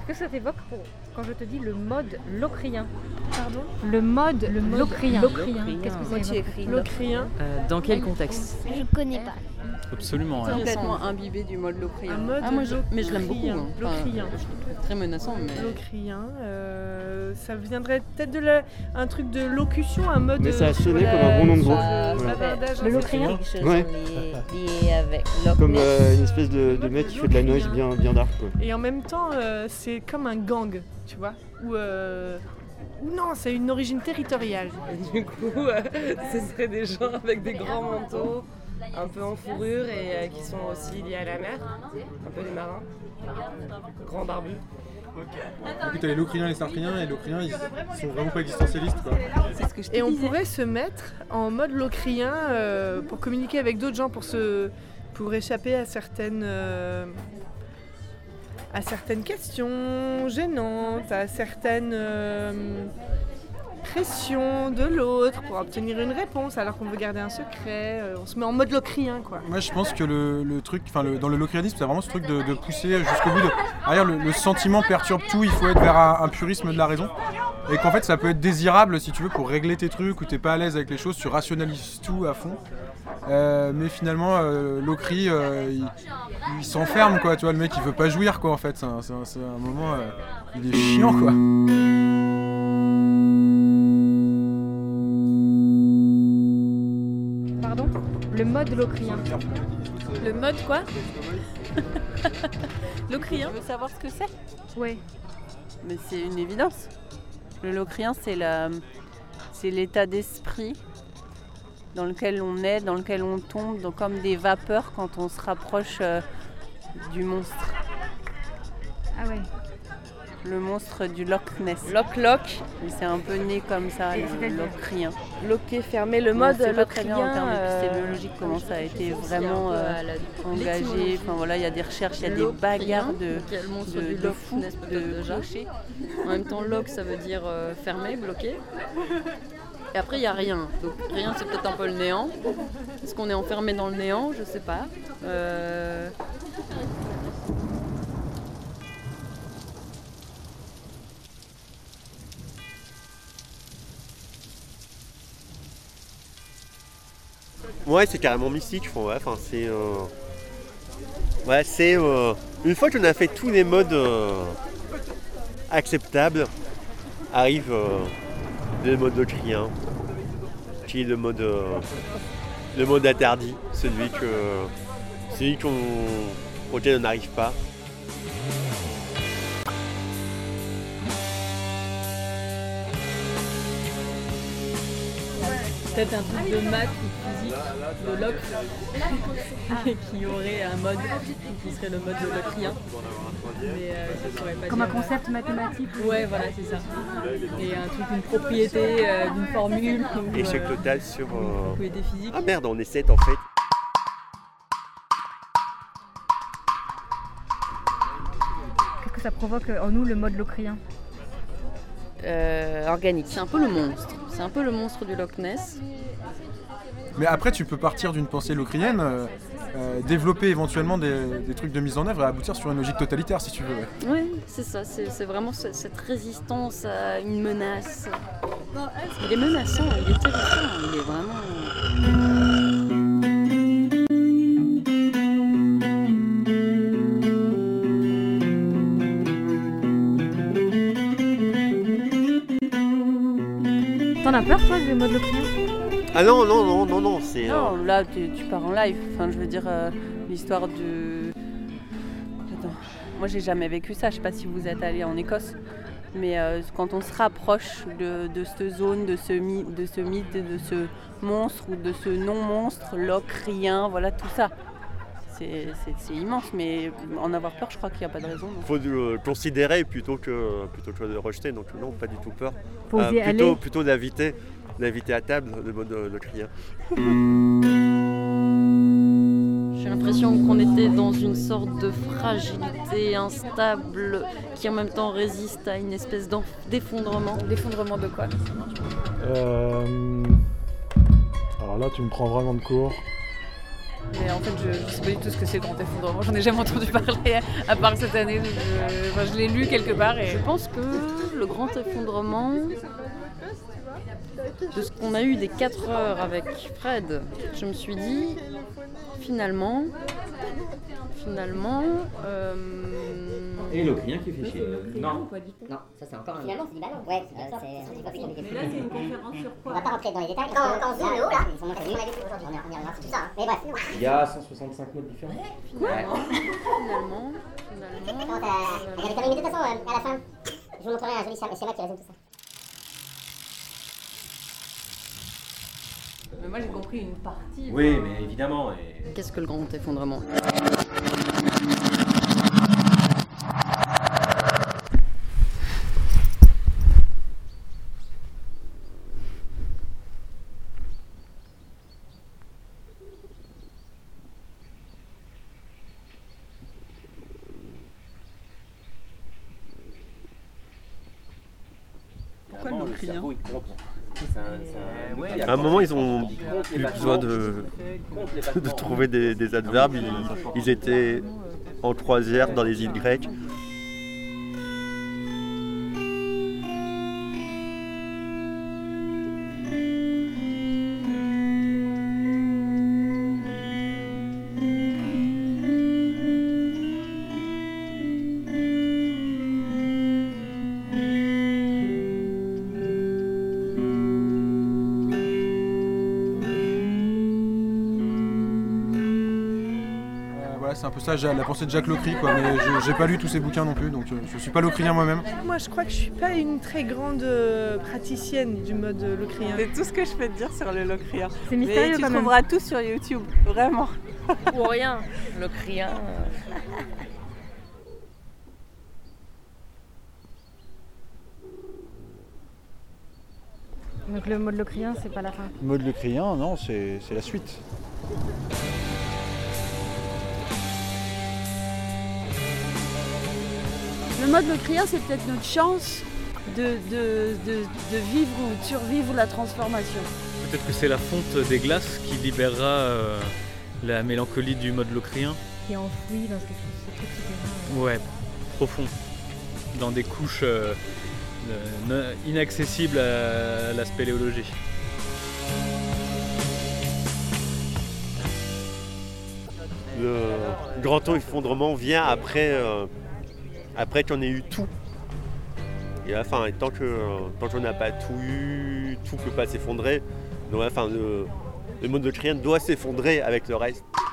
Qu'est-ce que ça t'évoque quand je te dis le mode locrien? Pardon? Le mode locrien. Qu'est-ce que ça Moi, tu évoque? écris locrien. Dans quel contexte? Je connais pas. Absolument. Ouais. Complètement imbibé du mode locrien. Mais je l'aime beaucoup. Hein. Locrien. Je le trouve très menaçant. Mais... Locrien, ça viendrait peut-être de un truc de locution, un mode. Mais ça a sonné comme un bon nom de groupe. Bavardage. Le locrien? Ouais. Lié avec Loch Comme Ness. une espèce de mec qui fait de la noise bien dark quoi. Et en même temps, c'est comme un gang, tu vois. Ou non, c'est une origine territoriale. Et du coup, ce serait des gens avec des grands manteaux, un peu en fourrure et qui sont aussi liés à la mer. Un peu des marins. Grands barbus. Du coup, t'as les locriens et les sartriens, et les locriens, ils sont vraiment pas existentialistes, quoi. C'est ce que je te Et on disais. pourrait se mettre en mode locrien pour communiquer avec d'autres gens, pour échapper à certaines questions gênantes, à certaines pressions de l'autre pour obtenir une réponse alors qu'on veut garder un secret. On se met en mode locrien, quoi. Moi, je pense que le truc, dans le locrianisme, c'est vraiment ce truc de pousser jusqu'au bout. D'ailleurs, le sentiment perturbe tout, il faut être vers un purisme de la raison. Et qu'en fait, ça peut être désirable, si tu veux, pour régler tes trucs, ou t'es pas à l'aise avec les choses, tu rationalises tout à fond. Mais finalement, Locry, il s'enferme, quoi. Tu vois, le mec, il veut pas jouir, quoi, en fait. C'est un moment, il est chiant, quoi. Pardon? Le mode locrien. Le mode quoi? Locrien. Tu veux savoir ce que c'est? Ouais. Mais c'est une évidence. Le locrien, c'est l'état d'esprit dans lequel on est, dans lequel on tombe, donc comme des vapeurs quand on se rapproche du monstre. Ah ouais. Le monstre du Loch Ness. Loc. C'est un peu né comme ça, le locrien. Loqué, fermé, le On mode sait pas très bien en locrien. termes épistémologiques comment ça a été vraiment engagé. Enfin voilà, il y a des recherches, il y a des bagarres de fous, de clochers. En même temps, lock, ça veut dire fermé, bloqué. Et après, il n'y a rien. Donc rien, c'est peut-être un peu le néant. Est-ce qu'on est enfermé dans le néant? Je sais pas. Ouais, c'est carrément mystique, je crois. Ouais, enfin, c'est. Ouais, c'est. Une fois qu'on a fait tous les modes acceptables, arrive le mode locrien, qui est le mode interdit, celui auquel on n'arrive pas. Peut-être un truc de maths ou de physique, de loc, qui aurait un mode qui serait le mode de locrien. Mais je saurais pas Comme un dire. concept mathématique. Ouais, voilà, c'est ça. Et un truc, une propriété d'une formule. Ou, Échec total sur. propriété physique. Ah merde, on est 7 en fait. Qu'est-ce que ça provoque en nous le mode locrien? Organique. C'est un peu le monstre. C'est un peu le monstre du Loch Ness. Mais après, tu peux partir d'une pensée locrienne, développer éventuellement des trucs de mise en œuvre et aboutir sur une logique totalitaire, si tu veux. Ouais. Oui, c'est ça. C'est vraiment cette résistance à une menace. Il est menaçant, il est terrifiant, il est vraiment... T'en as peur toi du mode locrien? Ah non, c'est. Non, là, tu pars en live. Enfin, je veux dire, l'histoire de... Attends, moi, j'ai jamais vécu ça. Je sais pas si vous êtes allé en Écosse. Mais quand on se rapproche de cette zone, de ce mythe, de ce monstre ou de ce non-monstre, locrien, voilà, tout ça. C'est immense, mais en avoir peur, je crois qu'il n'y a pas de raison. Il faut le considérer plutôt que de le rejeter. Donc non, pas du tout peur. Faut oser aller. Plutôt d'inviter à table le mode locrien. J'ai l'impression qu'on était dans une sorte de fragilité instable qui en même temps résiste à une espèce d'effondrement. L'effondrement de quoi? Alors là, tu me prends vraiment de court. Mais en fait, je sais pas du tout ce que c'est le grand effondrement. J'en ai jamais entendu parler, à part cette année. Donc je l'ai lu quelque part. Et... Je pense que le grand effondrement, de ce qu'on a eu des 4 heures avec Fred, je me suis dit, finalement... Et l'Ocrien qui fait chier. Non, ça c'est encore un... Finalement, c'est du ballon. Ouais, c'est pas plus compliqué. Mais là, c'est une conférence sur quoi? On va pas rentrer dans les détails. Quand on zoome le haut, là, ils sont montrés ce qu'on a vu aujourd'hui. On y reviendra sur tout ça. Hein. Mais bref. Il y a 165 mots différents. Finalement. Regardez comme il est de toute façon, à la fin, je vous montrerai un joli schéma qui résume tout ça. Mais moi, j'ai compris une partie. Oui, mais évidemment. Et... Qu'est-ce que le grand effondrement? Pourquoi le Locrien? À un moment, ils ont eu besoin de trouver des adverbes. Ils étaient en croisière dans les îles grecques. C'est un peu ça, la pensée de Jacques Locry, quoi, mais j'ai pas lu tous ses bouquins non plus, donc je suis pas locrien moi-même. Moi, je crois que je suis pas une très grande praticienne du mode locrien. C'est tout ce que je peux te dire sur le locrien. C'est mystérieux tu quand même. trouveras tout sur YouTube, vraiment. Ou rien. Locrien. Donc le mode locrien, c'est pas la fin. Le mode locrien, non, c'est la suite. Le mode locrien, c'est peut-être notre chance de vivre ou de survivre la transformation. Peut-être que c'est la fonte des glaces qui libérera la mélancolie du mode locrien. Qui est enfoui dans quelque chose de etc. Ouais, profond. Dans des couches inaccessibles à la spéléologie. Le grand effondrement vient après qu'on ait eu tout. Et enfin, tant qu'on n'a pas tout eu, tout ne peut pas s'effondrer. Donc, enfin, le monde locrien doit s'effondrer avec le reste.